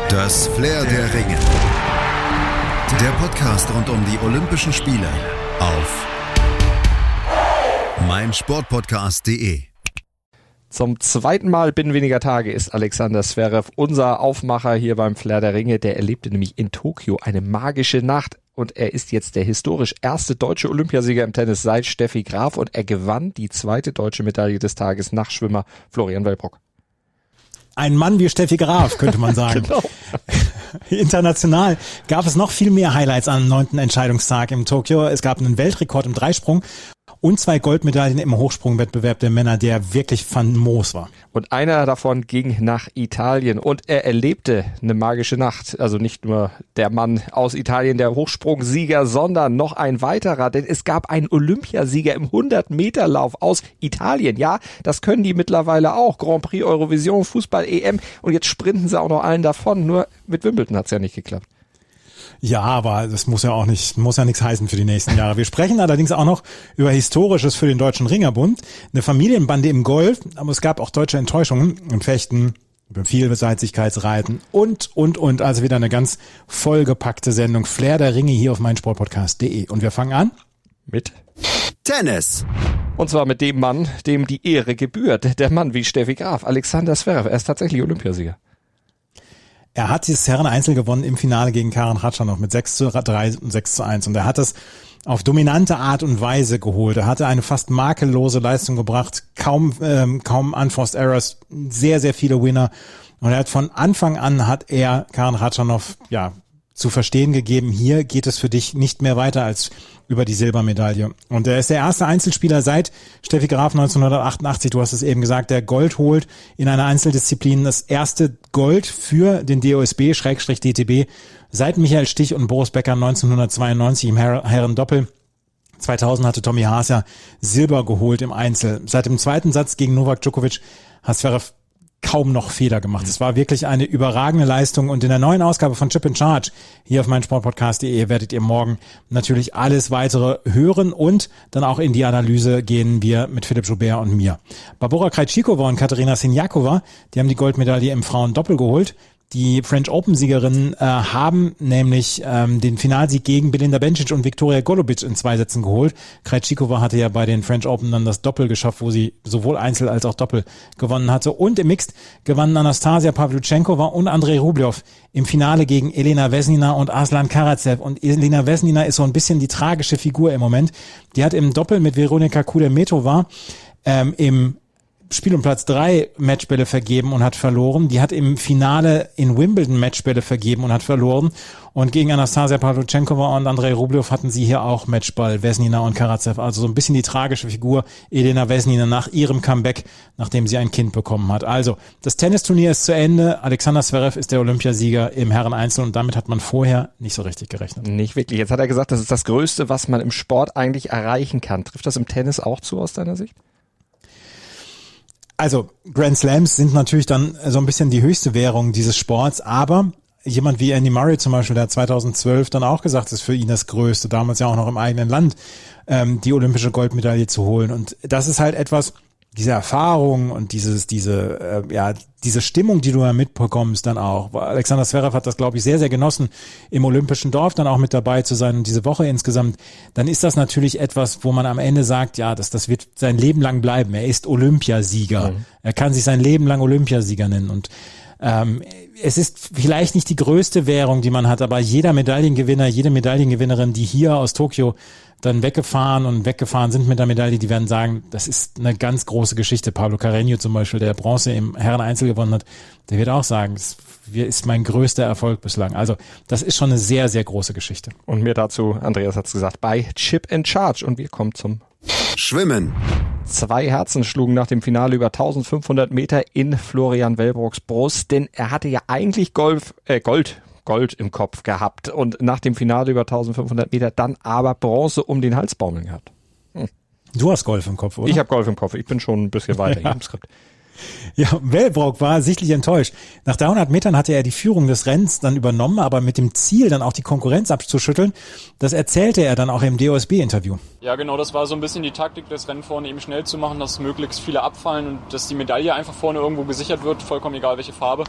Das Flair der Ringe. Der Podcast rund um die Olympischen Spiele auf meinsportpodcast.de. Zum zweiten Mal binnen weniger Tage ist Alexander Zverev unser Aufmacher hier beim Flair der Ringe. Der erlebte nämlich in Tokio eine magische Nacht und er ist jetzt der historisch erste deutsche Olympiasieger im Tennis seit Steffi Graf und er gewann die zweite deutsche Medaille des Tages nach Schwimmer Florian Wellbrock. Ein Mann wie Steffi Graf, könnte man sagen. Genau. International gab es noch viel mehr Highlights am 9. Entscheidungstag in Tokio. Es gab einen Weltrekord im Dreisprung und 2 Goldmedaillen im Hochsprungwettbewerb der Männer, der wirklich famos war. Und einer davon ging nach Italien und er erlebte eine magische Nacht. Also nicht nur der Mann aus Italien, der Hochsprungsieger, sondern noch ein weiterer. Denn es gab einen Olympiasieger im 100-Meter-Lauf aus Italien. Ja, das können die mittlerweile auch. Grand Prix, Eurovision, Fußball, EM. Und jetzt sprinten sie auch noch allen davon. Nur mit Wimbledon hat's ja nicht geklappt. Ja, aber das muss ja nichts heißen für die nächsten Jahre. Wir sprechen allerdings auch noch über Historisches für den Deutschen Ringerbund, eine Familienbande im Golf, aber es gab auch deutsche Enttäuschungen im Fechten, über Vielseitigkeitsreiten und. Also wieder eine ganz vollgepackte Sendung Flair der Ringe hier auf meinsportpodcast.de. Und wir fangen an mit Tennis. Und zwar mit dem Mann, dem die Ehre gebührt. Der Mann wie Steffi Graf, Alexander Zverev. Er ist tatsächlich Olympiasieger. Er hat dieses Herren-Einzel gewonnen im Finale gegen Karen Khachanov mit 6:3 und 6:1 und er hat es auf dominante Art und Weise geholt. Er hatte eine fast makellose Leistung gebracht, kaum Unforced Errors, sehr, sehr viele Winner und er hat von Anfang an Karen Khachanov zu verstehen gegeben, hier geht es für dich nicht mehr weiter als über die Silbermedaille. Und er ist der erste Einzelspieler seit Steffi Graf 1988, du hast es eben gesagt, der Gold holt in einer Einzeldisziplin. Das erste Gold für den DOSB/DTB seit Michael Stich und Boris Becker 1992 im Herrendoppel. 2000 hatte Tommy Haas ja Silber geholt im Einzel. Seit dem zweiten Satz gegen Novak Djokovic hat Zverev kaum noch Fehler gemacht. Es war wirklich eine überragende Leistung und in der neuen Ausgabe von Chip in Charge hier auf meinsportpodcast.de werdet ihr morgen natürlich alles weitere hören und dann auch in die Analyse gehen wir mit Philipp Joubert und mir. Barbora Krejcikova und Katerina Siniakova, die haben die Goldmedaille im Frauendoppel geholt. Die French Open-Siegerinnen haben nämlich den Finalsieg gegen Belinda Bencic und Viktoria Golubic in 2 Sätzen geholt. Krejcikova hatte ja bei den French Open dann das Doppel geschafft, wo sie sowohl Einzel als auch Doppel gewonnen hatte. Und im Mixed gewannen Anastasia Pavlyuchenkova und Andrei Rublev im Finale gegen Elena Vesnina und Aslan Karatsev. Und Elena Vesnina ist so ein bisschen die tragische Figur im Moment. Die hat im Doppel mit Veronika Kudermetova im Spiel um Platz 3 Matchbälle vergeben und hat verloren. Die hat im Finale in Wimbledon Matchbälle vergeben und hat verloren. Und gegen Anastasia Pavlyuchenkova und Andrei Rublev hatten sie hier auch Matchball, Vesnina und Karatsev. Also so ein bisschen die tragische Figur Elena Vesnina nach ihrem Comeback, nachdem sie ein Kind bekommen hat. Also das Tennisturnier ist zu Ende. Alexander Zverev ist der Olympiasieger im Herren-Einzel und damit hat man vorher nicht so richtig gerechnet. Nicht wirklich. Jetzt hat er gesagt, das ist das Größte, was man im Sport eigentlich erreichen kann. Trifft das im Tennis auch zu aus deiner Sicht? Also Grand Slams sind natürlich dann so ein bisschen die höchste Währung dieses Sports, aber jemand wie Andy Murray zum Beispiel, der hat 2012 dann auch gesagt, das ist für ihn das Größte, damals ja auch noch im eigenen Land, die olympische Goldmedaille zu holen. Und das ist halt etwas, diese Erfahrung und diese Stimmung, die du ja mitbekommst dann auch. Alexander Zverev hat das, glaube ich, sehr, sehr genossen, im Olympischen Dorf dann auch mit dabei zu sein und diese Woche insgesamt. Dann ist das natürlich etwas, wo man am Ende sagt, ja, das wird sein Leben lang bleiben. Er ist Olympiasieger. Mhm. Er kann sich sein Leben lang Olympiasieger nennen und es ist vielleicht nicht die größte Währung, die man hat, aber jeder Medaillengewinner, jede Medaillengewinnerin, die hier aus Tokio dann weggefahren sind mit der Medaille, die werden sagen, das ist eine ganz große Geschichte. Pablo Carreño zum Beispiel, der Bronze im Herren-Einzel gewonnen hat, der wird auch sagen, das ist mein größter Erfolg bislang. Also das ist schon eine sehr, sehr große Geschichte. Und mir dazu, Andreas hat's gesagt, bei Chip in Charge und wir kommen zum Schwimmen. 2 Herzen schlugen nach dem Finale über 1500 Meter in Florian Wellbrocks Brust, denn er hatte ja eigentlich Gold im Kopf gehabt und nach dem Finale über 1500 Meter dann aber Bronze um den Hals baumeln gehabt. Du hast Golf im Kopf, oder? Ich habe Golf im Kopf, ich bin schon ein bisschen weiter hier im Skript. Ja, Wellbrock war sichtlich enttäuscht. Nach 300 Metern hatte er die Führung des Rennens dann übernommen, aber mit dem Ziel, dann auch die Konkurrenz abzuschütteln. Das erzählte er dann auch im DOSB-Interview. Ja, genau, das war so ein bisschen die Taktik, das Rennen vorne eben schnell zu machen, dass möglichst viele abfallen und dass die Medaille einfach vorne irgendwo gesichert wird, vollkommen egal welche Farbe.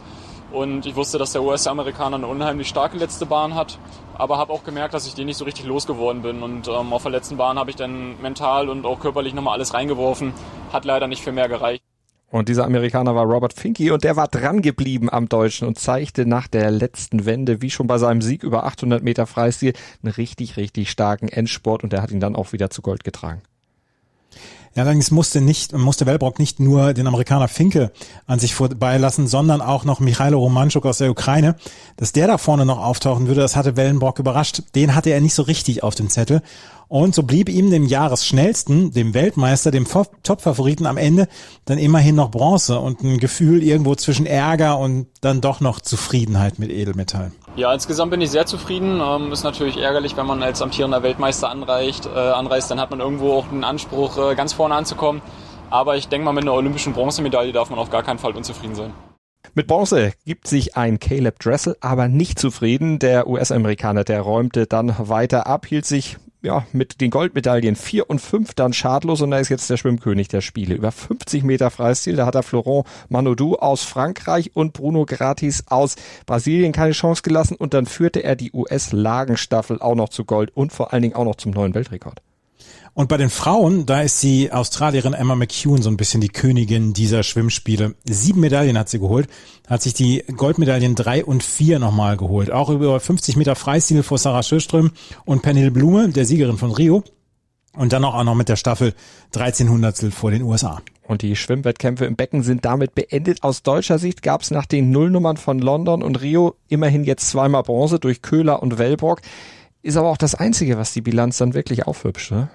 Und ich wusste, dass der US-Amerikaner eine unheimlich starke letzte Bahn hat, aber habe auch gemerkt, dass ich den nicht so richtig losgeworden bin. Und auf der letzten Bahn habe ich dann mental und auch körperlich nochmal alles reingeworfen. Hat leider nicht für mehr gereicht. Und dieser Amerikaner war Robert Finke und der war dran geblieben am Deutschen und zeigte nach der letzten Wende, wie schon bei seinem Sieg über 800 Meter Freistil, einen richtig, richtig starken Endspurt und der hat ihn dann auch wieder zu Gold getragen. Ja, allerdings musste Wellbrock nicht nur den Amerikaner Finke an sich vorbeilassen, sondern auch noch Michailo Romanchuk aus der Ukraine. Dass der da vorne noch auftauchen würde, das hatte Wellenbrock überrascht. Den hatte er nicht so richtig auf dem Zettel. Und so blieb ihm dem Jahresschnellsten, dem Weltmeister, dem Top-Favoriten am Ende dann immerhin noch Bronze und ein Gefühl irgendwo zwischen Ärger und dann doch noch Zufriedenheit mit Edelmetall. Ja, insgesamt bin ich sehr zufrieden. Ist natürlich ärgerlich, wenn man als amtierender Weltmeister anreist, dann hat man irgendwo auch den Anspruch, ganz vorne anzukommen. Aber ich denke mal, mit einer olympischen Bronzemedaille darf man auf gar keinen Fall unzufrieden sein. Mit Bronze gibt sich ein Caleb Dressel aber nicht zufrieden. Der US-Amerikaner, der räumte dann weiter ab, hielt sich mit den Goldmedaillen 4 und 5 dann schadlos und er ist jetzt der Schwimmkönig der Spiele. Über 50 Meter Freistil, da hat er Florent Manodou aus Frankreich und Bruno Gratis aus Brasilien keine Chance gelassen und dann führte er die US-Lagenstaffel auch noch zu Gold und vor allen Dingen auch noch zum neuen Weltrekord. Und bei den Frauen, da ist die Australierin Emma McEwen so ein bisschen die Königin dieser Schwimmspiele. 7 Medaillen hat sie geholt, hat sich die Goldmedaillen 3 und 4 nochmal geholt. Auch über 50 Meter Freistil vor Sarah Sjöström und Pernille Blume, der Siegerin von Rio. Und dann auch noch mit der Staffel 13 Hundertstel vor den USA. Und die Schwimmwettkämpfe im Becken sind damit beendet. Aus deutscher Sicht gab es nach den Nullnummern von London und Rio immerhin jetzt zweimal Bronze durch Köhler und Wellbrock. Ist aber auch das Einzige, was die Bilanz dann wirklich aufhübscht, ne?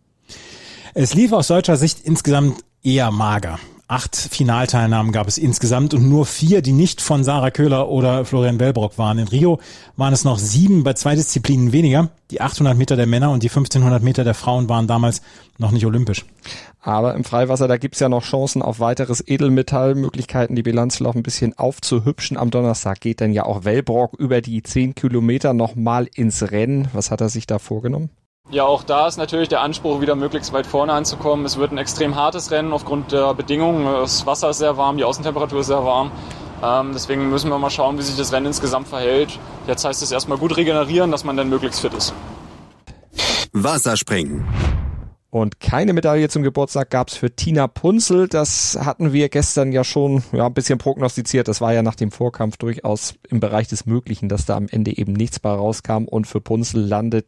Es lief aus deutscher Sicht insgesamt eher mager. 8 Finalteilnahmen gab es insgesamt und nur 4, die nicht von Sarah Köhler oder Florian Wellbrock waren. In Rio waren es noch 7, bei 2 Disziplinen weniger. Die 800 Meter der Männer und die 1500 Meter der Frauen waren damals noch nicht olympisch. Aber im Freiwasser, da gibt's ja noch Chancen auf weiteres Edelmetallmöglichkeiten, die Bilanz noch ein bisschen aufzuhübschen. Am Donnerstag geht dann ja auch Wellbrock über die 10 Kilometer nochmal ins Rennen. Was hat er sich da vorgenommen? Ja, auch da ist natürlich der Anspruch, wieder möglichst weit vorne anzukommen. Es wird ein extrem hartes Rennen aufgrund der Bedingungen. Das Wasser ist sehr warm, die Außentemperatur ist sehr warm. Deswegen müssen wir mal schauen, wie sich das Rennen insgesamt verhält. Jetzt heißt es erstmal gut regenerieren, dass man dann möglichst fit ist. Wasserspringen. Und keine Medaille zum Geburtstag gab's für Tina Punzel. Das hatten wir gestern ja schon ein bisschen prognostiziert. Das war ja nach dem Vorkampf durchaus im Bereich des Möglichen, dass da am Ende eben nichts bei rauskam. Und für Punzel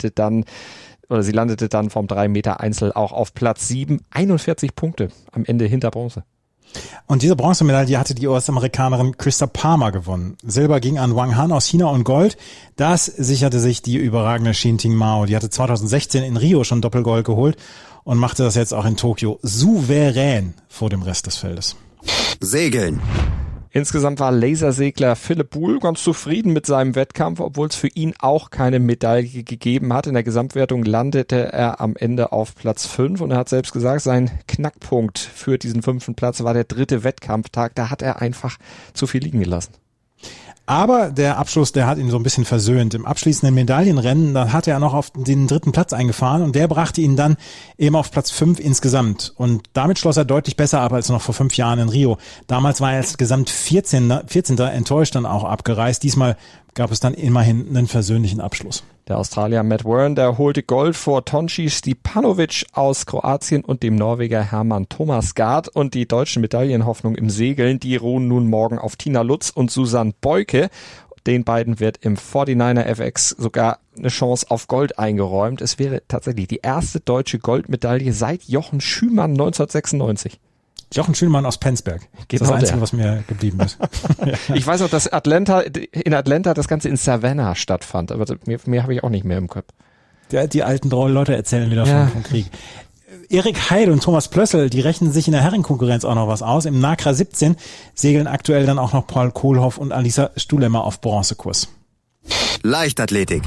sie landete dann vom 3 Meter Einzel auch auf Platz 7. 41 Punkte am Ende hinter Bronze. Und diese Bronzemedaille hatte die US-Amerikanerin Krista Palmer gewonnen. Silber ging an Wang Han aus China und Gold. Das sicherte sich die überragende Xin Ting Mao. Die hatte 2016 in Rio schon Doppelgold geholt und machte das jetzt auch in Tokio souverän vor dem Rest des Feldes. Segeln. Insgesamt war Lasersegler Philipp Buhl ganz zufrieden mit seinem Wettkampf, obwohl es für ihn auch keine Medaille gegeben hat. In der Gesamtwertung landete er am Ende auf Platz 5 und er hat selbst gesagt, sein Knackpunkt für diesen 5. Platz war der 3. Wettkampftag. Da hat er einfach zu viel liegen gelassen. Aber der Abschluss, der hat ihn so ein bisschen versöhnt. Im abschließenden Medaillenrennen, da hatte er noch auf den 3. Platz eingefahren und der brachte ihn dann eben auf Platz 5 insgesamt. Und damit schloss er deutlich besser ab als noch vor 5 Jahren in Rio. Damals war er als Gesamt 14. enttäuscht dann auch abgereist. Diesmal gab es dann immerhin einen versöhnlichen Abschluss. Der Australier Matt Warren, der holte Gold vor Tonči Stipanovic aus Kroatien und dem Norweger Hermann Thomasgaard. Und die deutschen Medaillenhoffnung im Segeln, die ruhen nun morgen auf Tina Lutz und Susanne Beuke. Den beiden wird im 49er FX sogar eine Chance auf Gold eingeräumt. Es wäre tatsächlich die erste deutsche Goldmedaille seit Jochen Schümann 1996. Jochen Schümann aus Penzberg. Das ist das Einzige, was mir geblieben ist. Ja. Ich weiß noch, dass in Atlanta das Ganze in Savannah stattfand, aber mehr habe ich auch nicht mehr im Kopf. Die alten Leute erzählen wieder vom Krieg. Erik Heil und Thomas Plössl, die rechnen sich in der Herrenkonkurrenz auch noch was aus. Im NACRA 17 segeln aktuell dann auch noch Paul Kohlhoff und Alisa Stulemmer auf Bronzekurs. Leichtathletik.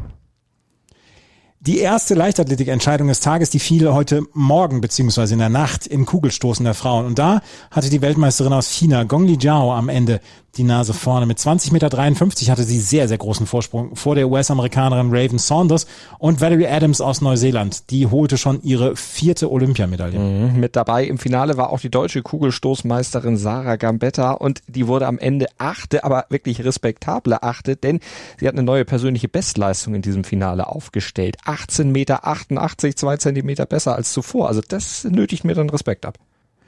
Die erste Leichtathletik-Entscheidung des Tages, die fiel heute Morgen bzw. in der Nacht im Kugelstoßen der Frauen. Und da hatte die Weltmeisterin aus China, Gongli Zhao, am Ende die Nase vorne. Mit 20,53 Meter hatte sie sehr, sehr großen Vorsprung vor der US-Amerikanerin Raven Saunders und Valerie Adams aus Neuseeland. Die holte schon ihre 4. Olympiamedaille. Mit dabei im Finale war auch die deutsche Kugelstoßmeisterin Sarah Gambetta und die wurde am Ende 8., aber wirklich respektable 8., denn sie hat eine neue persönliche Bestleistung in diesem Finale aufgestellt. 18,88 Meter, 2 Zentimeter besser als zuvor. Also das nötigt mir dann Respekt ab.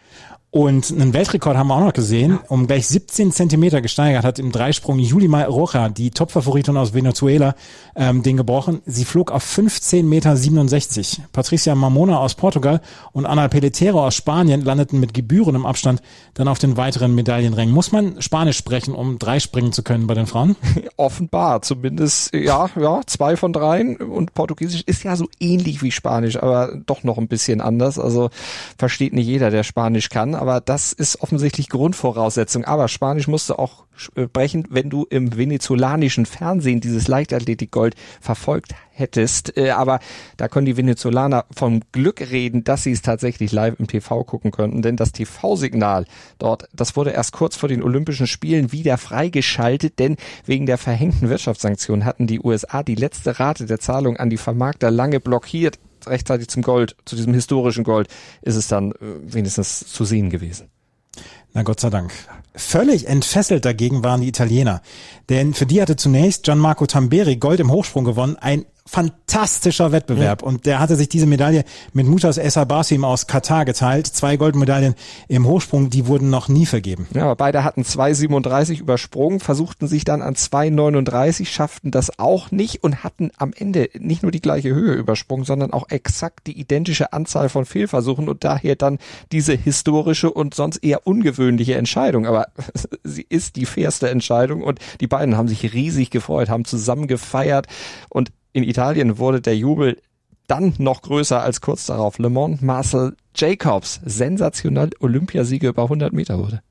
Und einen Weltrekord haben wir auch noch gesehen, um gleich 17 Zentimeter gesteigert hat im Dreisprung Yulima Rocha, die Topfavoritin aus Venezuela, den gebrochen. Sie flog auf 15,67 Meter. Patricia Mamona aus Portugal und Ana Pelletero aus Spanien landeten mit gebührendem Abstand dann auf den weiteren Medaillenrängen. Muss man Spanisch sprechen, um Dreispringen zu können bei den Frauen? Offenbar, zumindest, ja, 2 von 3 und Portugiesisch ist ja so ähnlich wie Spanisch, aber doch noch ein bisschen anders. Also versteht nicht jeder, der Spanisch kann. Aber das ist offensichtlich Grundvoraussetzung. Aber Spanisch musst du auch sprechen, wenn du im venezolanischen Fernsehen dieses Leichtathletikgold verfolgt hättest. Aber da können die Venezolaner vom Glück reden, dass sie es tatsächlich live im TV gucken könnten. Denn das TV-Signal dort, das wurde erst kurz vor den Olympischen Spielen wieder freigeschaltet. Denn wegen der verhängten Wirtschaftssanktionen hatten die USA die letzte Rate der Zahlung an die Vermarkter lange blockiert. Rechtzeitig zum Gold, zu diesem historischen Gold, ist es dann wenigstens zu sehen gewesen. Na Gott sei Dank. Völlig entfesselt dagegen waren die Italiener. Denn für die hatte zunächst Gianmarco Tamberi Gold im Hochsprung gewonnen. Ein fantastischer Wettbewerb. Und der hatte sich diese Medaille mit Mutas Essabasim aus Katar geteilt. 2 Goldmedaillen im Hochsprung, die wurden noch nie vergeben. Ja, aber beide hatten 2,37 übersprungen, versuchten sich dann an 2,39, schafften das auch nicht und hatten am Ende nicht nur die gleiche Höhe übersprungen, sondern auch exakt die identische Anzahl von Fehlversuchen und daher dann diese historische und sonst eher ungewöhnliche Entscheidung. Aber sie ist die fairste Entscheidung und die beiden haben sich riesig gefreut, haben zusammen gefeiert und in Italien wurde der Jubel dann noch größer als kurz darauf Le Mans Marcel Jacobs sensationell Olympiasieger über 100 Meter wurde.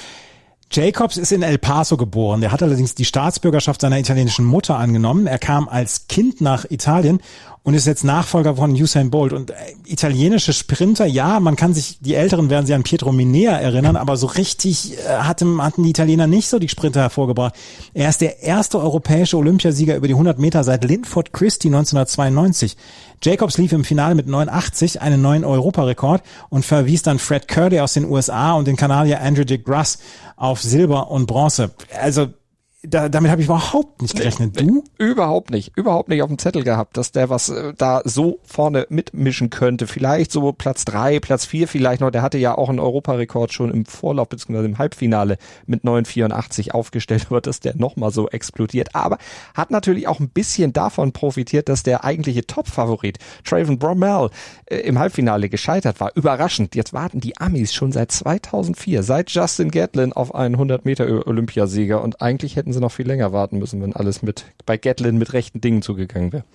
Jacobs ist in El Paso geboren. Der hat allerdings die Staatsbürgerschaft seiner italienischen Mutter angenommen. Er kam als Kind nach Italien und ist jetzt Nachfolger von Usain Bolt. Und italienische Sprinter, ja, man kann sich, die Älteren werden sich an Pietro Minea erinnern, aber so richtig hatten die Italiener nicht so die Sprinter hervorgebracht. Er ist der erste europäische Olympiasieger über die 100 Meter seit Linford Christie 1992. Jacobs lief im Finale mit 9,80, einen neuen Europarekord und verwies dann Fred Curley aus den USA und den Kanadier Andrew de Grasse auf Silber und Bronze. Also damit habe ich überhaupt nicht gerechnet. Du? Überhaupt nicht auf dem Zettel gehabt, dass der was da so vorne mitmischen könnte. Vielleicht so Platz 3, Platz 4 vielleicht noch. Der hatte ja auch einen Europarekord schon im Vorlauf bzw. im Halbfinale mit 9,84 aufgestellt, aber dass der nochmal so explodiert. Aber hat natürlich auch ein bisschen davon profitiert, dass der eigentliche Top-Favorit Traven Bromell im Halbfinale gescheitert war. Überraschend. Jetzt warten die Amis schon seit 2004, seit Justin Gatlin auf einen 100 Meter Olympiasieger und eigentlich hätten sie noch viel länger warten müssen, wenn alles bei Gatlin mit rechten Dingen zugegangen wäre.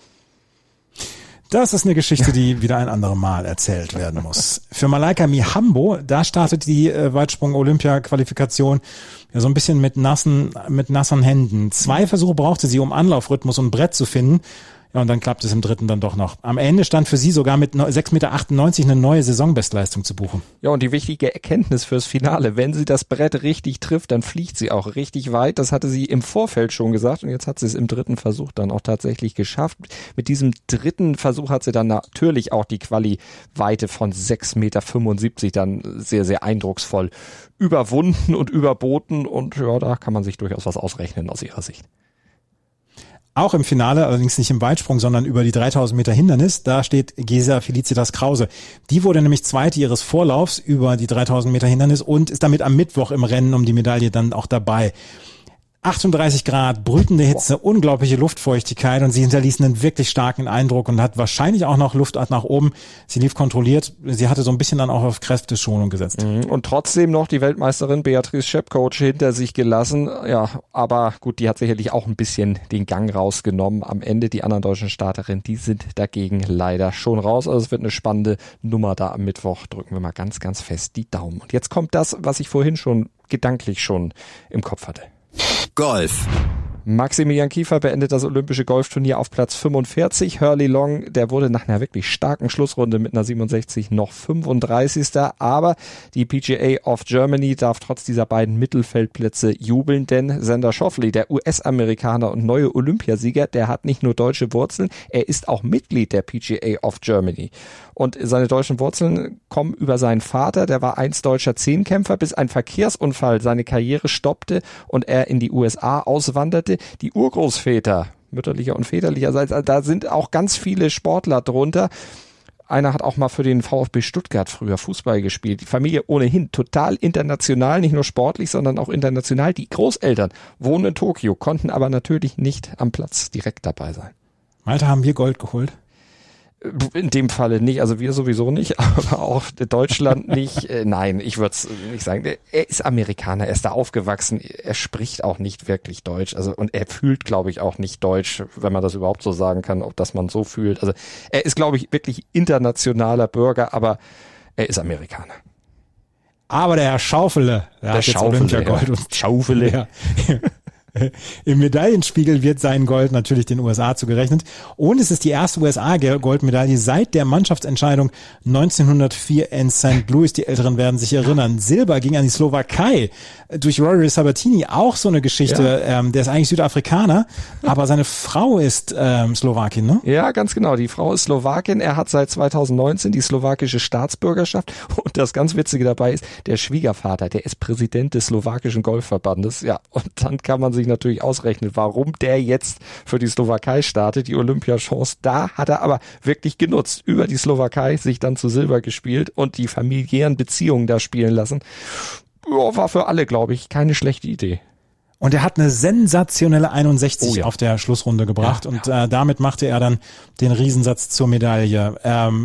Das ist eine Geschichte, die wieder ein anderes Mal erzählt werden muss. Für Malaika Mihambo, da startet die Weitsprung-Olympia-Qualifikation ja so ein bisschen mit nassen Händen. 2 Versuche brauchte sie, um Anlaufrhythmus und Brett zu finden. Ja, und dann klappt es im dritten dann doch noch. Am Ende stand für sie sogar mit 6,98 Meter eine neue Saisonbestleistung zu buchen. Ja, und die wichtige Erkenntnis fürs Finale, wenn sie das Brett richtig trifft, dann fliegt sie auch richtig weit. Das hatte sie im Vorfeld schon gesagt und jetzt hat sie es im dritten Versuch dann auch tatsächlich geschafft. Mit diesem dritten Versuch hat sie dann natürlich auch die Quali-Weite von 6,75 Meter dann sehr, sehr eindrucksvoll überwunden und überboten und ja, da kann man sich durchaus was ausrechnen aus ihrer Sicht. Auch im Finale, allerdings nicht im Weitsprung, sondern über die 3000 Meter Hindernis, da steht Gesa Felicitas Krause. Die wurde nämlich Zweite ihres Vorlaufs über die 3000 Meter Hindernis und ist damit am Mittwoch im Rennen um die Medaille dann auch dabei. 38 Grad, brütende Hitze, unglaubliche Luftfeuchtigkeit und sie hinterließ einen wirklich starken Eindruck und hat wahrscheinlich auch noch Luft nach oben. Sie lief kontrolliert, sie hatte so ein bisschen dann auch auf Kräfteschonung gesetzt. Und trotzdem noch die Weltmeisterin Beatrice Schepcoach hinter sich gelassen. Ja, aber gut, die hat sicherlich auch ein bisschen den Gang rausgenommen. Am Ende die anderen deutschen Starterinnen, die sind dagegen leider schon raus. Also es wird eine spannende Nummer da am Mittwoch. Drücken wir mal ganz, ganz fest die Daumen. Und jetzt kommt das, was ich vorhin schon gedanklich schon im Kopf hatte. Golf Maximilian Kiefer beendet das olympische Golfturnier auf Platz 45. Hurley Long, der wurde nach einer wirklich starken Schlussrunde mit einer 67 noch 35. Aber die PGA of Germany darf trotz dieser beiden Mittelfeldplätze jubeln, denn Xander Schauffele, der US-Amerikaner und neue Olympiasieger, der hat nicht nur deutsche Wurzeln, er ist auch Mitglied der PGA of Germany. Und seine deutschen Wurzeln kommen über seinen Vater, der war einst deutscher Zehnkämpfer, bis ein Verkehrsunfall seine Karriere stoppte und er in die USA auswanderte. Die Urgroßväter, mütterlicher und väterlicherseits, da sind auch ganz viele Sportler drunter. Einer hat auch mal für den VfB Stuttgart früher Fußball gespielt. Die Familie ohnehin total international, nicht nur sportlich, sondern auch international. Die Großeltern wohnen in Tokio, konnten aber natürlich nicht am Platz direkt dabei sein. Malte, haben wir Gold geholt? In dem Falle nicht, also wir sowieso nicht, aber auch Deutschland nicht. Nein, ich würde es nicht sagen. Er ist Amerikaner, er ist da aufgewachsen, er spricht auch nicht wirklich Deutsch, also und er fühlt, glaube ich, auch nicht Deutsch, wenn man das überhaupt so sagen kann, ob das man so fühlt. Also er ist, glaube ich, wirklich internationaler Bürger, aber er ist Amerikaner. Aber der Herr Schaufele, der hat jetzt Olympiagold und Schaufele. Ja. Im Medaillenspiegel wird sein Gold natürlich den USA zugerechnet. Und es ist die erste USA-Goldmedaille seit der Mannschaftsentscheidung 1904 in St. Louis. Die Älteren werden sich erinnern. Silber ging an die Slowakei durch Rory Sabatini. Auch so eine Geschichte. Ja. Der ist eigentlich Südafrikaner, aber seine Frau ist Slowakin, ne? Ja, ganz genau. Die Frau ist Slowakin. Er hat seit 2019 die slowakische Staatsbürgerschaft. Und das ganz Witzige dabei ist, der Schwiegervater, der ist Präsident des slowakischen Golfverbandes. Ja, und dann kann man sich natürlich ausrechnen, warum der jetzt für die Slowakei startet. Die Olympiachance, da hat er aber wirklich genutzt. Über die Slowakei sich dann zu Silber gespielt und die familiären Beziehungen da spielen lassen. Ja, war für alle, glaube ich, keine schlechte Idee. Und er hat eine sensationelle 61 auf der Schlussrunde gebracht und damit machte er dann den Riesensatz zur Medaille.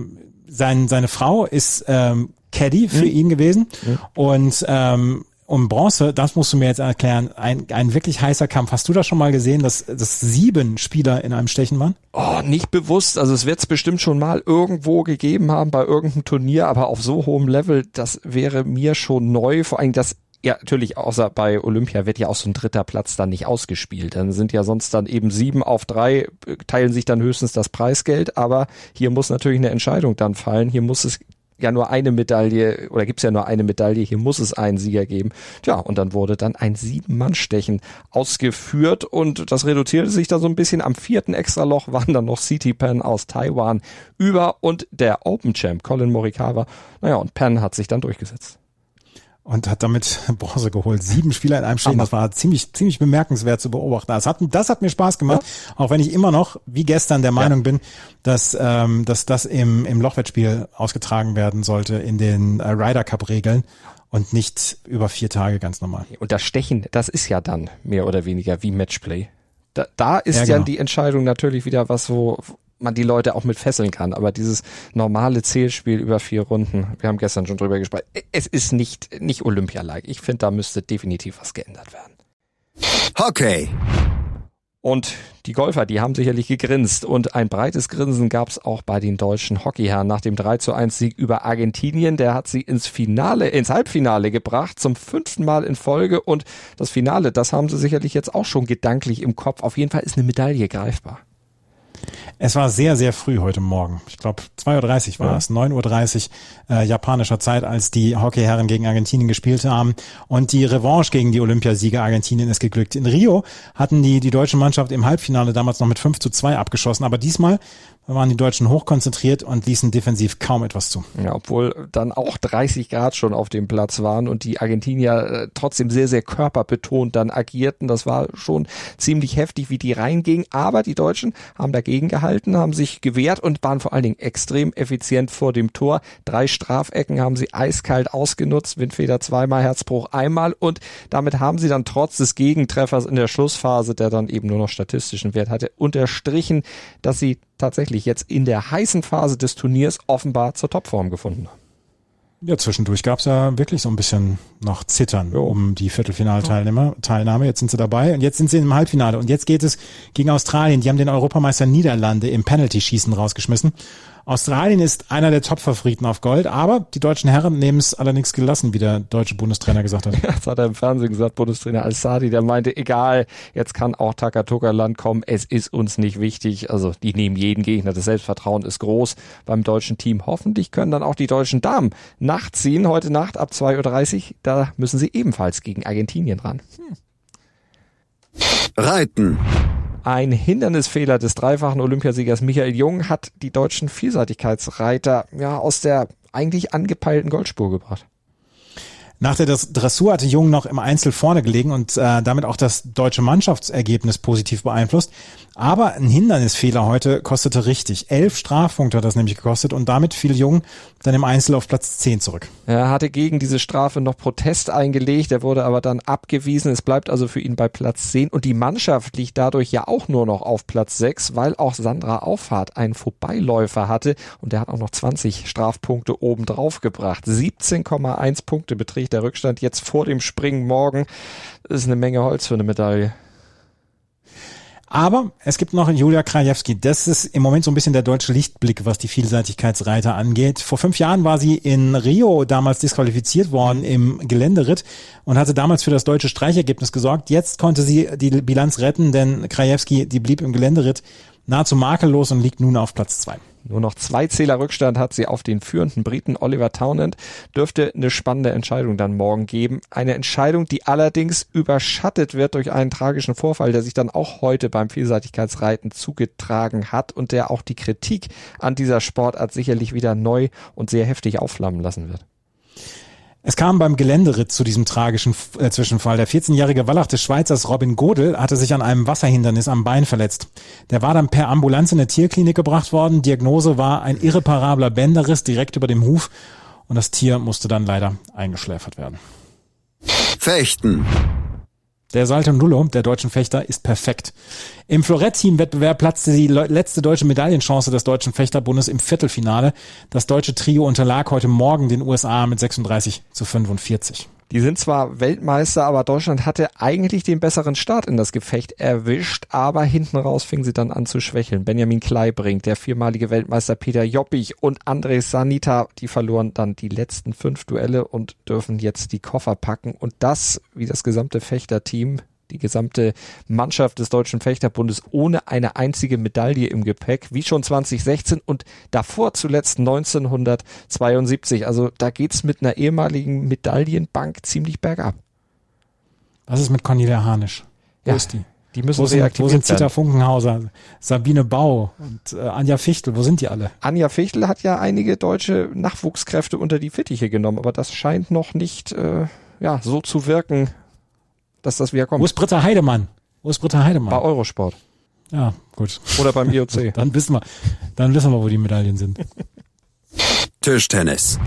Seine Frau ist Caddy für ihn gewesen und um Bronze, das musst du mir jetzt erklären, ein wirklich heißer Kampf. Hast du das schon mal gesehen, dass 7 Spieler in einem Stechen waren? Oh, nicht bewusst. Also es wird es bestimmt schon mal irgendwo gegeben haben bei irgendeinem Turnier, aber auf so hohem Level, das wäre mir schon neu. Vor allem das, ja natürlich, außer bei Olympia wird ja auch so ein dritter Platz dann nicht ausgespielt. Dann sind ja sonst dann eben 7 auf 3, teilen sich dann höchstens das Preisgeld, aber hier muss natürlich eine Entscheidung dann fallen. Hier muss es ja nur eine Medaille, oder gibt's ja nur eine Medaille, hier muss es einen Sieger geben. Tja, und dann wurde dann ein 7-Mann-Stechen ausgeführt und das reduzierte sich da so ein bisschen. Am 4. Extraloch waren dann noch CT Pan aus Taiwan über und der Open-Champ Colin Morikawa. Naja, und Pan hat sich dann durchgesetzt. Und hat damit Bronze geholt. 7 Spieler in einem Stechen. Das war ziemlich bemerkenswert zu beobachten. Das hat mir Spaß gemacht, auch wenn ich immer noch, wie gestern, der Meinung bin, dass das im Lochwettspiel ausgetragen werden sollte in den Ryder Cup Regeln und nicht über 4 Tage ganz normal. Und das Stechen, das ist ja dann mehr oder weniger wie Matchplay. Da ist ja die Entscheidung natürlich wieder was, wo man die Leute auch mit fesseln kann. Aber dieses normale Zählspiel über 4 Runden, wir haben gestern schon drüber gesprochen, es ist nicht Olympia-like. Ich finde, da müsste definitiv was geändert werden. Hockey. Und die Golfer, die haben sicherlich gegrinst und ein breites Grinsen gab es auch bei den deutschen Hockeyherren nach dem 3:1-Sieg über Argentinien. Der hat sie ins Halbfinale gebracht, zum 5. Mal in Folge und das Finale, das haben sie sicherlich jetzt auch schon gedanklich im Kopf. Auf jeden Fall ist eine Medaille greifbar. Es war sehr, sehr früh heute Morgen. Ich glaube 2:30 war es, 9:30 japanischer Zeit, als die Hockeyherren gegen Argentinien gespielt haben. Und die Revanche gegen die Olympiasieger Argentinien ist geglückt. In Rio hatten die deutsche Mannschaft im Halbfinale damals noch mit 5:2 abgeschossen. Aber diesmal waren die Deutschen hochkonzentriert und ließen defensiv kaum etwas zu. Ja, obwohl dann auch 30 Grad schon auf dem Platz waren und die Argentinier trotzdem sehr, sehr körperbetont dann agierten. Das war schon ziemlich heftig, wie die reingingen. Aber die Deutschen haben dagegen gehalten, haben sich gewehrt und waren vor allen Dingen extrem effizient vor dem Tor. 3 Strafecken haben sie eiskalt ausgenutzt. Windfeder 2-mal, Herzbruch 1-mal. Und damit haben sie dann trotz des Gegentreffers in der Schlussphase, der dann eben nur noch statistischen Wert hatte, unterstrichen, dass sie tatsächlich jetzt in der heißen Phase des Turniers offenbar zur Topform gefunden haben. Ja, zwischendurch gab's ja wirklich so ein bisschen noch Zittern um die Viertelfinalteilnahme. Jetzt sind sie dabei und jetzt sind sie im Halbfinale. Und jetzt geht es gegen Australien. Die haben den Europameister Niederlande im Penalty-Schießen rausgeschmissen. Australien ist einer der Top-Favoriten auf Gold, aber die deutschen Herren nehmen es allerdings gelassen, wie der deutsche Bundestrainer gesagt hat. Ja, das hat er im Fernsehen gesagt, Bundestrainer Al-Sadi, der meinte, egal, jetzt kann auch Takatoka-Land kommen, es ist uns nicht wichtig. Also die nehmen jeden Gegner, das Selbstvertrauen ist groß beim deutschen Team. Hoffentlich können dann auch die deutschen Damen nachziehen, heute Nacht ab 2:30 Uhr. Da müssen sie ebenfalls gegen Argentinien ran. Reiten. Ein Hindernisfehler des dreifachen Olympiasiegers Michael Jung hat die deutschen Vielseitigkeitsreiter aus der eigentlich angepeilten Goldspur gebracht. Nach der Dressur hatte Jung noch im Einzel vorne gelegen und damit auch das deutsche Mannschaftsergebnis positiv beeinflusst. Aber ein Hindernisfehler heute kostete richtig. 11 Strafpunkte hat das nämlich gekostet und damit fiel Jung dann im Einzel auf Platz 10 zurück. Er hatte gegen diese Strafe noch Protest eingelegt, er wurde aber dann abgewiesen. Es bleibt also für ihn bei Platz 10 und die Mannschaft liegt dadurch ja auch nur noch auf Platz 6, weil auch Sandra Auffahrt einen Vorbeiläufer hatte und der hat auch noch 20 Strafpunkte obendrauf gebracht. 17,1 Punkte beträgt der Rückstand jetzt vor dem Springen morgen. Das ist eine Menge Holz für eine Medaille. Aber es gibt noch Julia Krajewski. Das ist im Moment so ein bisschen der deutsche Lichtblick, was die Vielseitigkeitsreiter angeht. Vor 5 Jahren war sie in Rio damals disqualifiziert worden im Geländeritt und hatte damals für das deutsche Streichergebnis gesorgt. Jetzt konnte sie die Bilanz retten, denn Krajewski, die blieb im Geländeritt nahezu makellos und liegt nun auf Platz 2. Nur noch 2 Zähler Rückstand hat sie auf den führenden Briten Oliver Townend. Dürfte eine spannende Entscheidung dann morgen geben. Eine Entscheidung, die allerdings überschattet wird durch einen tragischen Vorfall, der sich dann auch heute beim Vielseitigkeitsreiten zugetragen hat und der auch die Kritik an dieser Sportart sicherlich wieder neu und sehr heftig aufflammen lassen wird. Es kam beim Geländeritt zu diesem tragischen Zwischenfall. Der 14-jährige Wallach des Schweizers Robin Godel hatte sich an einem Wasserhindernis am Bein verletzt. Der war dann per Ambulanz in eine Tierklinik gebracht worden. Diagnose war ein irreparabler Bänderriss direkt über dem Huf und das Tier musste dann leider eingeschläfert werden. Fechten. Der Salto Nullo, der deutschen Fechter, ist perfekt. Im Florett-Team-Wettbewerb platzte die letzte deutsche Medaillenchance des Deutschen Fechterbundes im Viertelfinale. Das deutsche Trio unterlag heute Morgen den USA mit 36:45. Die sind zwar Weltmeister, aber Deutschland hatte eigentlich den besseren Start in das Gefecht erwischt, aber hinten raus fing sie dann an zu schwächeln. Benjamin Kleibrink, der 4-malige Weltmeister Peter Joppich und André Sanita, die verloren dann die letzten 5 Duelle und dürfen jetzt die Koffer packen. Und das, wie das gesamte Fechterteam, die gesamte Mannschaft des Deutschen Fechterbundes ohne eine einzige Medaille im Gepäck, wie schon 2016 und davor zuletzt 1972. Also da geht's mit einer ehemaligen Medaillenbank ziemlich bergab. Was ist mit Cornelia Harnisch? Wo ist die? Die müssen Wo reaktiviert sind Zita werden. Funkenhauser, Sabine Bau und Anja Fichtel? Wo sind die alle? Anja Fichtel hat ja einige deutsche Nachwuchskräfte unter die Fittiche genommen, aber das scheint noch nicht so zu wirken, dass das wieder kommt. Wo ist Britta Heidemann? Bei Eurosport. Ja, gut. Oder beim IOC. Dann wissen wir, wo die Medaillen sind. Tischtennis.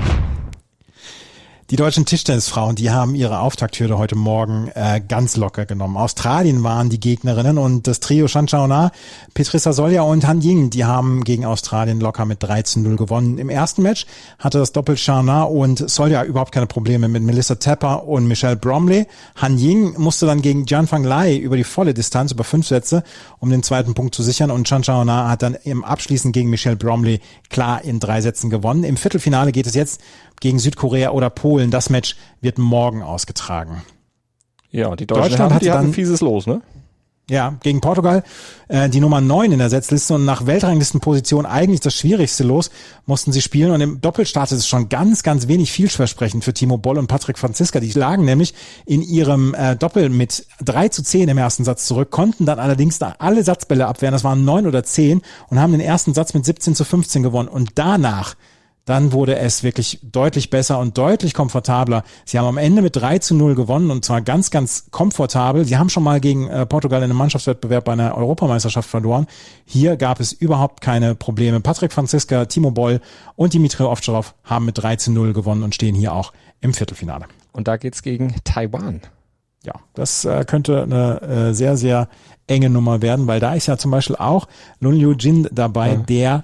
Die deutschen Tischtennisfrauen, die haben ihre Auftakthürde heute Morgen ganz locker genommen. Australien waren die Gegnerinnen und das Trio Chanchaona, Petrissa Solja und Han Ying, die haben gegen Australien locker mit 13:0 gewonnen. Im ersten Match hatte das Doppel Chaona und Solja überhaupt keine Probleme mit Melissa Tepper und Michelle Bromley. Han Ying musste dann gegen Jian Fang Lei über die volle Distanz, über 5 Sätze, um den zweiten Punkt zu sichern und Chanchaona hat dann im Abschließen gegen Michelle Bromley klar in 3 Sätzen gewonnen. Im Viertelfinale geht es jetzt gegen Südkorea oder Polen. Das Match wird morgen ausgetragen. Ja, die Deutschland hatten ein fieses Los, ne? Ja, gegen Portugal, die Nummer 9 in der Setzliste und nach Weltranglistenposition eigentlich das schwierigste Los mussten sie spielen und im Doppel startet es schon ganz, ganz wenig vielversprechend für Timo Boll und Patrick Franziska. Die lagen nämlich in ihrem Doppel mit 3:10 im ersten Satz zurück, konnten dann allerdings alle Satzbälle abwehren, das waren 9 oder 10 und haben den ersten Satz mit 17:15 gewonnen und danach dann wurde es wirklich deutlich besser und deutlich komfortabler. Sie haben am Ende mit 3:0 gewonnen und zwar ganz, ganz komfortabel. Sie haben schon mal gegen Portugal in einem Mannschaftswettbewerb bei einer Europameisterschaft verloren. Hier gab es überhaupt keine Probleme. Patrick Franziska, Timo Boll und Dimitri Ovtcharov haben mit 3:0 gewonnen und stehen hier auch im Viertelfinale. Und da geht's gegen Taiwan. Ja, das könnte eine sehr, sehr enge Nummer werden, weil da ist ja zum Beispiel auch Lun Yu Jin dabei, der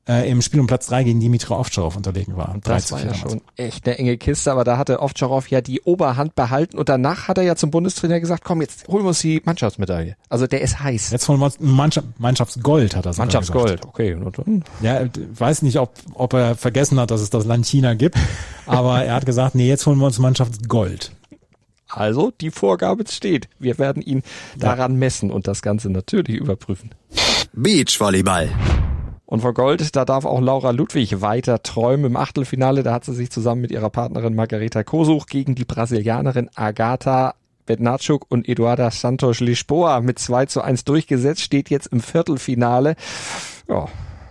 im Spiel um Platz 3 gegen Dimitri Ovtcharov unterlegen war. Und das war ja schon echt eine enge Kiste, aber da hatte Ovtcharov ja die Oberhand behalten und danach hat er ja zum Bundestrainer gesagt, komm, jetzt holen wir uns die Mannschaftsmedaille. Also der ist heiß. Jetzt holen wir uns Mannschaftsgold, hat er gesagt. Mannschaftsgold, okay. Ja, ich weiß nicht, ob er vergessen hat, dass es das Land China gibt, aber er hat gesagt, nee, jetzt holen wir uns Mannschaftsgold. Also, die Vorgabe steht. Wir werden ihn daran messen und das Ganze natürlich überprüfen. Beachvolleyball. Und vor Gold, da darf auch Laura Ludwig weiter träumen. Im Achtelfinale, da hat sie sich zusammen mit ihrer Partnerin Margareta Kosuch gegen die Brasilianerin Agatha Bednarczuk und Eduarda Santos Lisboa mit 2:1 durchgesetzt, steht jetzt im Viertelfinale. Ja.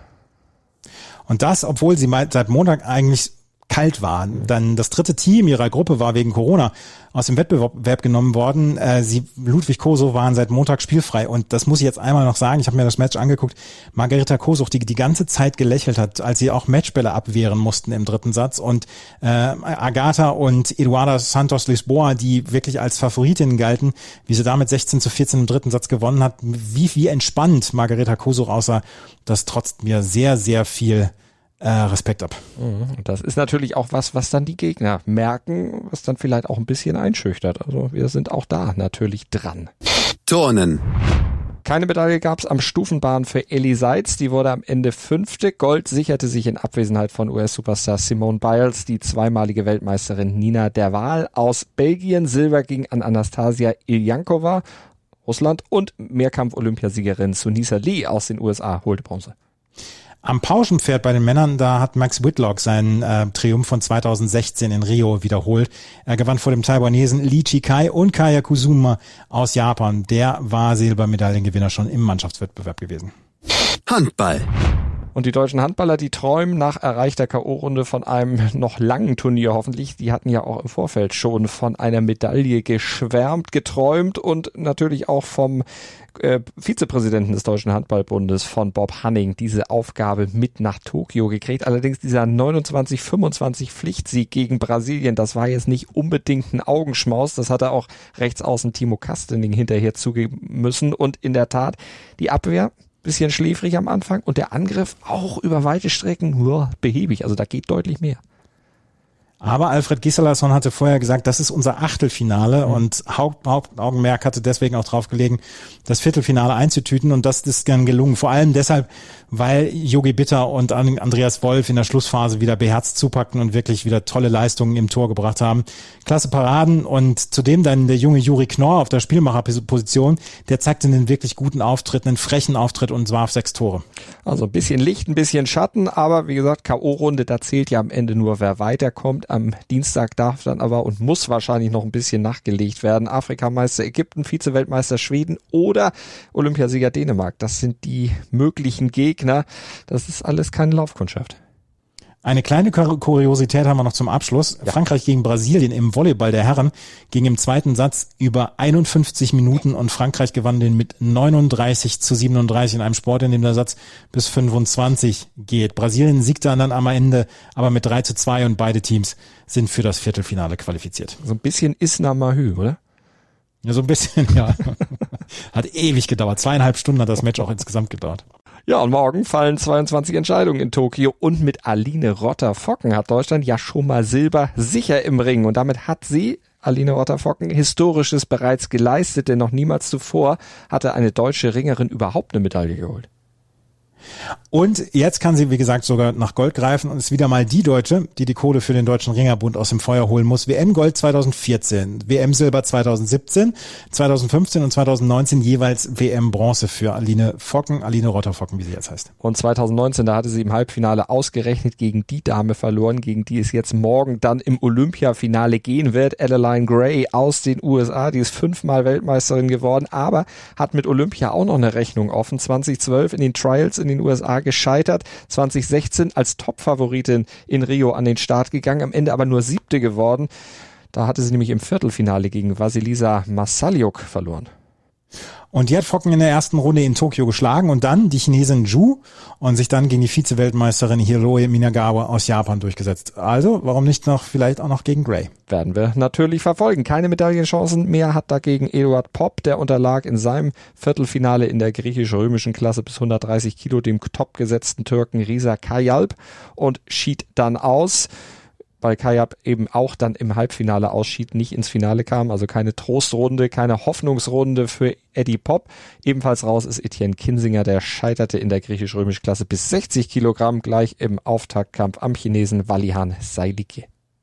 Und das, obwohl sie seit Montag eigentlich kalt waren. Dann das dritte Team ihrer Gruppe war wegen Corona aus dem Wettbewerb genommen worden. Ludwig Kosuch waren seit Montag spielfrei. Und das muss ich jetzt einmal noch sagen. Ich habe mir das Match angeguckt. Margareta Kosuch, die ganze Zeit gelächelt hat, als sie auch Matchbälle abwehren mussten im dritten Satz. Und Agatha und Eduarda Santos Lisboa, die wirklich als Favoritinnen galten, wie sie damit 16:14 im dritten Satz gewonnen hat, wie entspannt Margareta Kosuch aussah, das trotzt mir sehr, sehr viel Respekt ab. Das ist natürlich auch was dann die Gegner merken, was dann vielleicht auch ein bisschen einschüchtert. Also wir sind auch da natürlich dran. Turnen. Keine Medaille gab es am Stufenbahn für Ellie Seitz. Die wurde am Ende 5. Gold sicherte sich in Abwesenheit von US-Superstar Simone Biles die zweimalige Weltmeisterin Nina Derwaal aus Belgien. Silber ging an Anastasia Iljankova, Russland, und Mehrkampf-Olympiasiegerin Sunisa Lee aus den USA holte Bronze. Am Pauschenpferd bei den Männern, da hat Max Whitlock seinen Triumph von 2016 in Rio wiederholt. Er gewann vor dem Taiwanesen Lee Chi-kai und Kaya Kusuma aus Japan. Der war Silbermedaillengewinner schon im Mannschaftswettbewerb gewesen. Handball. Und die deutschen Handballer, die träumen nach erreichter K.O.-Runde von einem noch langen Turnier hoffentlich. Die hatten ja auch im Vorfeld schon von einer Medaille geschwärmt, geträumt und natürlich auch vom Vizepräsidenten des Deutschen Handballbundes, von Bob Hanning, diese Aufgabe mit nach Tokio gekriegt. Allerdings dieser 29-25 Pflichtsieg gegen Brasilien, das war jetzt nicht unbedingt ein Augenschmaus. Das hatte auch Rechtsaußen Timo Kastening hinterher zugeben müssen. Und in der Tat, die Abwehr bisschen schläfrig am Anfang und der Angriff auch über weite Strecken behäbig. Also da geht deutlich mehr. Aber Alfred Gislason hatte vorher gesagt, das ist unser Achtelfinale und Hauptaugenmerk hatte deswegen auch drauf gelegen, das Viertelfinale einzutüten, und das ist dann gelungen. Vor allem deshalb, weil Jogi Bitter und Andreas Wolf in der Schlussphase wieder beherzt zupackten und wirklich wieder tolle Leistungen im Tor gebracht haben. Klasse Paraden, und zudem dann der junge Juri Knorr auf der Spielmacherposition, der zeigte einen wirklich guten Auftritt, einen frechen Auftritt und warf 6 Tore. Also ein bisschen Licht, ein bisschen Schatten, aber wie gesagt, K.O.-Runde, da zählt ja am Ende nur, wer weiterkommt. Am Dienstag darf dann aber und muss wahrscheinlich noch ein bisschen nachgelegt werden. Afrikameister Ägypten, Vize-Weltmeister Schweden oder Olympiasieger Dänemark. Das sind die möglichen Gegner. Das ist alles keine Laufkundschaft. Eine kleine Kuriosität haben wir noch zum Abschluss. Ja. Frankreich gegen Brasilien im Volleyball der Herren ging im zweiten Satz über 51 Minuten und Frankreich gewann den mit 39:37 in einem Sport, in dem der Satz bis 25 geht. Brasilien siegte dann am Ende aber mit 3:2 und beide Teams sind für das Viertelfinale qualifiziert. So ein bisschen Isna Mahü, oder? Ja, so ein bisschen, ja. Hat ewig gedauert. 2,5 Stunden hat das Match auch insgesamt gedauert. Ja, und morgen fallen 22 Entscheidungen in Tokio, und mit Aline Rotter-Focken hat Deutschland ja schon mal Silber sicher im Ring, und damit hat sie, Aline Rotter-Focken, Historisches bereits geleistet, denn noch niemals zuvor hatte eine deutsche Ringerin überhaupt eine Medaille geholt. Und jetzt kann sie, wie gesagt, sogar nach Gold greifen und ist wieder mal die Deutsche, die die Kohle für den Deutschen Ringerbund aus dem Feuer holen muss. WM-Gold 2014, WM-Silber 2017, 2015 und 2019 jeweils WM-Bronze für Aline Rotter-Focken, wie sie jetzt heißt. Und 2019, da hatte sie im Halbfinale ausgerechnet gegen die Dame verloren, gegen die es jetzt morgen dann im Olympiafinale gehen wird. Adeline Gray aus den USA, die ist 5-mal Weltmeisterin geworden, aber hat mit Olympia auch noch eine Rechnung offen. 2012 in den Trials in den USA gescheitert, 2016 als Topfavoritin in Rio an den Start gegangen, am Ende aber nur 7. geworden. Da hatte sie nämlich im Viertelfinale gegen Vasilisa Masaliuk verloren. Und die hat Focken in der ersten Runde in Tokio geschlagen und dann die Chinesin Zhu und sich dann gegen die Vize-Weltmeisterin Hiroe Minagawa aus Japan durchgesetzt. Also, warum nicht vielleicht auch noch gegen Gray? Werden wir natürlich verfolgen. Keine Medaillenchancen mehr hat dagegen Eduard Popp. Der unterlag in seinem Viertelfinale in der griechisch-römischen Klasse bis 130 Kilo dem topgesetzten Türken Risa Kayalp und schied dann aus. Weil Kayab eben auch dann im Halbfinale ausschied, nicht ins Finale kam, also keine Trostrunde, keine Hoffnungsrunde für Eddie Popp. Ebenfalls raus ist Etienne Kinsinger, der scheiterte in der griechisch-römischen Klasse bis 60 Kilogramm, gleich im Auftaktkampf am Chinesen Walihan Sailike.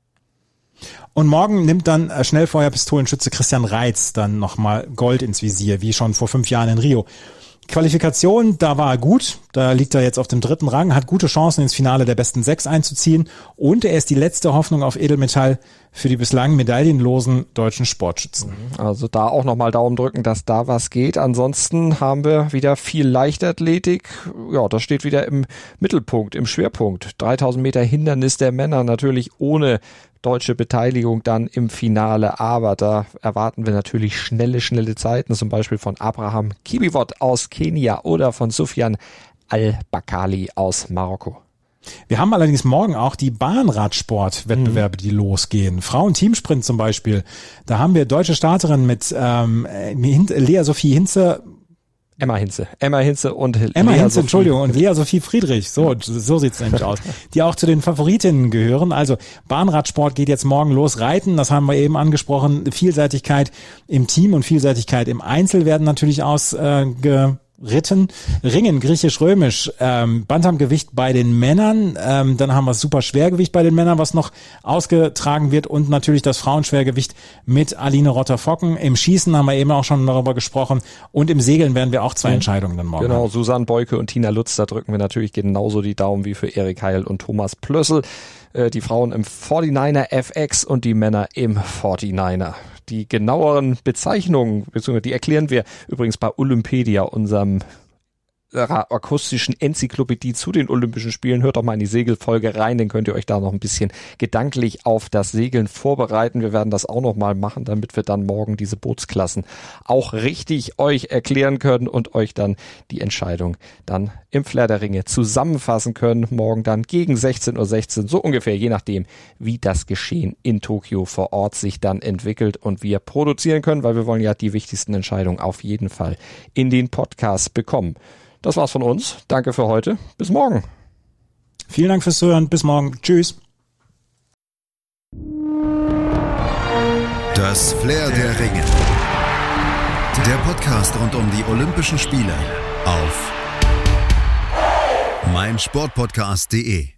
Und morgen nimmt dann Schnellfeuerpistolenschütze Christian Reitz dann nochmal Gold ins Visier, wie schon vor 5 Jahren in Rio. Qualifikation, da war er gut, da liegt er jetzt auf dem 3. Rang, hat gute Chancen ins Finale der besten 6 einzuziehen und er ist die letzte Hoffnung auf Edelmetall für die bislang medaillenlosen deutschen Sportschützen. Also da auch nochmal Daumen drücken, dass da was geht. Ansonsten haben wir wieder viel Leichtathletik. Ja, das steht wieder im Mittelpunkt, im Schwerpunkt. 3000 Meter Hindernis der Männer, natürlich ohne deutsche Beteiligung dann im Finale, aber da erwarten wir natürlich schnelle Zeiten, zum Beispiel von Abraham Kibiwot aus Kenia oder von Sufyan Al-Bakali aus Marokko. Wir haben allerdings morgen auch die Bahnradsport-Wettbewerbe, die losgehen. Frauen-Teamsprint zum Beispiel. Da haben wir deutsche Starterinnen mit Lea Sophie Hinze, Emma Hinze und Lea Sophie Friedrich. So sieht's nämlich aus. Die auch zu den Favoritinnen gehören. Also Bahnradsport geht jetzt morgen los. Reiten, das haben wir eben angesprochen. Vielseitigkeit im Team und Vielseitigkeit im Einzel werden natürlich Ritten, Ringen, griechisch-römisch, Bantamgewicht bei den Männern, dann haben wir das Superschwergewicht bei den Männern, was noch ausgetragen wird und natürlich das Frauenschwergewicht mit Aline Rotter-Focken. Im Schießen haben wir eben auch schon darüber gesprochen und im Segeln werden wir auch 2 Entscheidungen dann morgen. Genau, Susanne Beuke und Tina Lutz, da drücken wir natürlich genauso die Daumen wie für Erik Heil und Thomas Plössl. Die Frauen im 49er FX und die Männer im 49er. Die genaueren Bezeichnungen, beziehungsweise die erklären wir übrigens bei Olympedia, unserem akustischen Enzyklopädie zu den Olympischen Spielen. Hört doch mal in die Segelfolge rein, dann könnt ihr euch da noch ein bisschen gedanklich auf das Segeln vorbereiten. Wir werden das auch noch mal machen, damit wir dann morgen diese Bootsklassen auch richtig euch erklären können und euch dann die Entscheidung dann im Flair der Ringe zusammenfassen können. Morgen dann gegen 16:16 Uhr, so ungefähr, je nachdem, wie das Geschehen in Tokio vor Ort sich dann entwickelt und wir produzieren können, weil wir wollen ja die wichtigsten Entscheidungen auf jeden Fall in den Podcast bekommen. Das war's von uns. Danke für heute. Bis morgen. Vielen Dank fürs Zuhören. Bis morgen. Tschüss. Das Flair der Ringe. Der Podcast rund um die Olympischen Spiele auf meinsportpodcast.de.